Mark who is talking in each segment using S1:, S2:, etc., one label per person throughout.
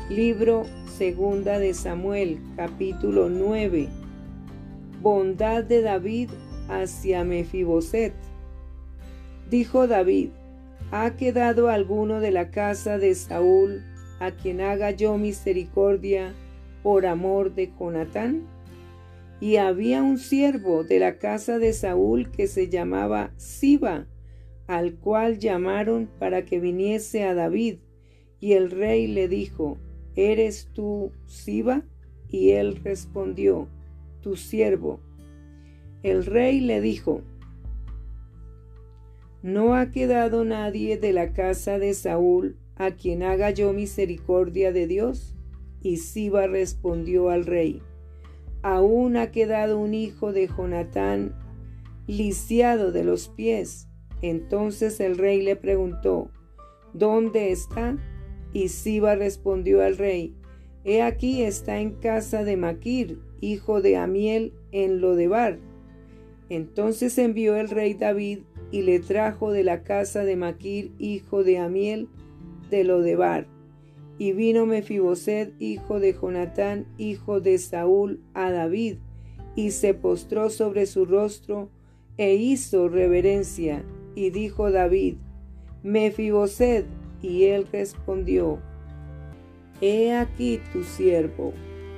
S1: Libro Segunda de Samuel, capítulo 9. Bondad de David hacia Mefiboset. Dijo David: ¿Ha quedado alguno de la casa de Saúl a quien haga yo misericordia por amor de Jonatán? Y había un siervo de la casa de Saúl que se llamaba Siba, al cual llamaron para que viniese a David. Y el rey le dijo: ¿Eres tú Siba? Y él respondió: tu siervo. El rey le dijo: ¿no ha quedado nadie de la casa de Saúl a quien haga yo misericordia de Dios? Y Siba respondió al rey: aún ha quedado un hijo de Jonatán lisiado de los pies. Entonces el rey le preguntó: ¿dónde está? Y Siba respondió al rey: he aquí está en casa de Maquir, hijo de Amiel, en Lodebar. Entonces envió el rey David y le trajo de la casa de Maquir, hijo de Amiel, de Lodebar. Y vino Mefiboset, hijo de Jonatán, hijo de Saúl, a David, y se postró sobre su rostro e hizo reverencia. Y dijo David: Mefiboset. Y él respondió: he aquí tu siervo.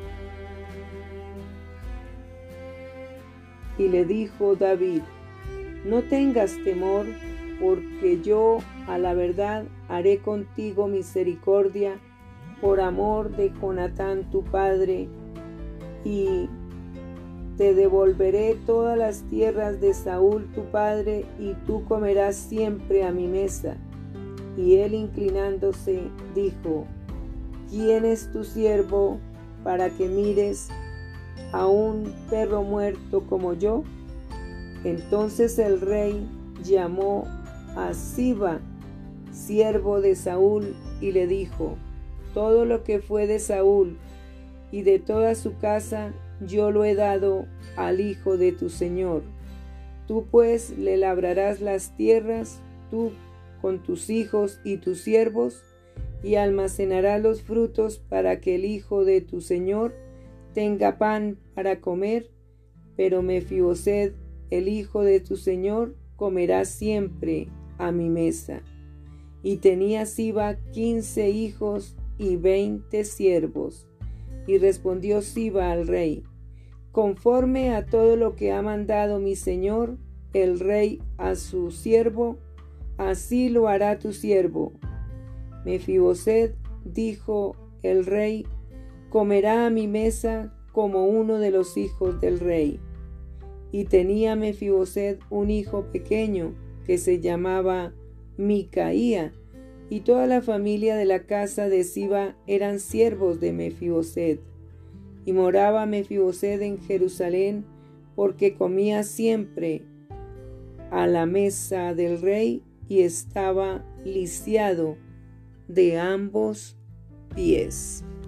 S1: Y le dijo David: no tengas temor, porque yo a la verdad haré contigo misericordia por amor de Jonatán tu padre, y te devolveré todas las tierras de Saúl tu padre, y tú comerás siempre a mi mesa. Y él, inclinándose, dijo: ¿quién es tu siervo para que mires a un perro muerto como yo? Entonces el rey llamó a Siba, siervo de Saúl, y le dijo: todo lo que fue de Saúl y de toda su casa yo lo he dado al hijo de tu señor. Tú pues le labrarás las tierras, tú con tus hijos y tus siervos, y almacenarás los frutos para que el hijo de tu señor tenga pan para comer, pero Mefiboset, el hijo de tu señor, comerá siempre a mi mesa. Y tenía Siba 15 hijos y 20 siervos. Y respondió Siba al rey: conforme a todo lo que ha mandado mi señor el rey a su siervo, así lo hará tu siervo. Mefiboset, dijo el rey, comerá a mi mesa como uno de los hijos del rey. Y tenía Mefiboset un hijo pequeño que se llamaba Micaía, y toda la familia de la casa de Siba eran siervos de Mefiboset. Y moraba Mefiboset en Jerusalén, porque comía siempre a la mesa del rey, y estaba lisiado de ambos pies.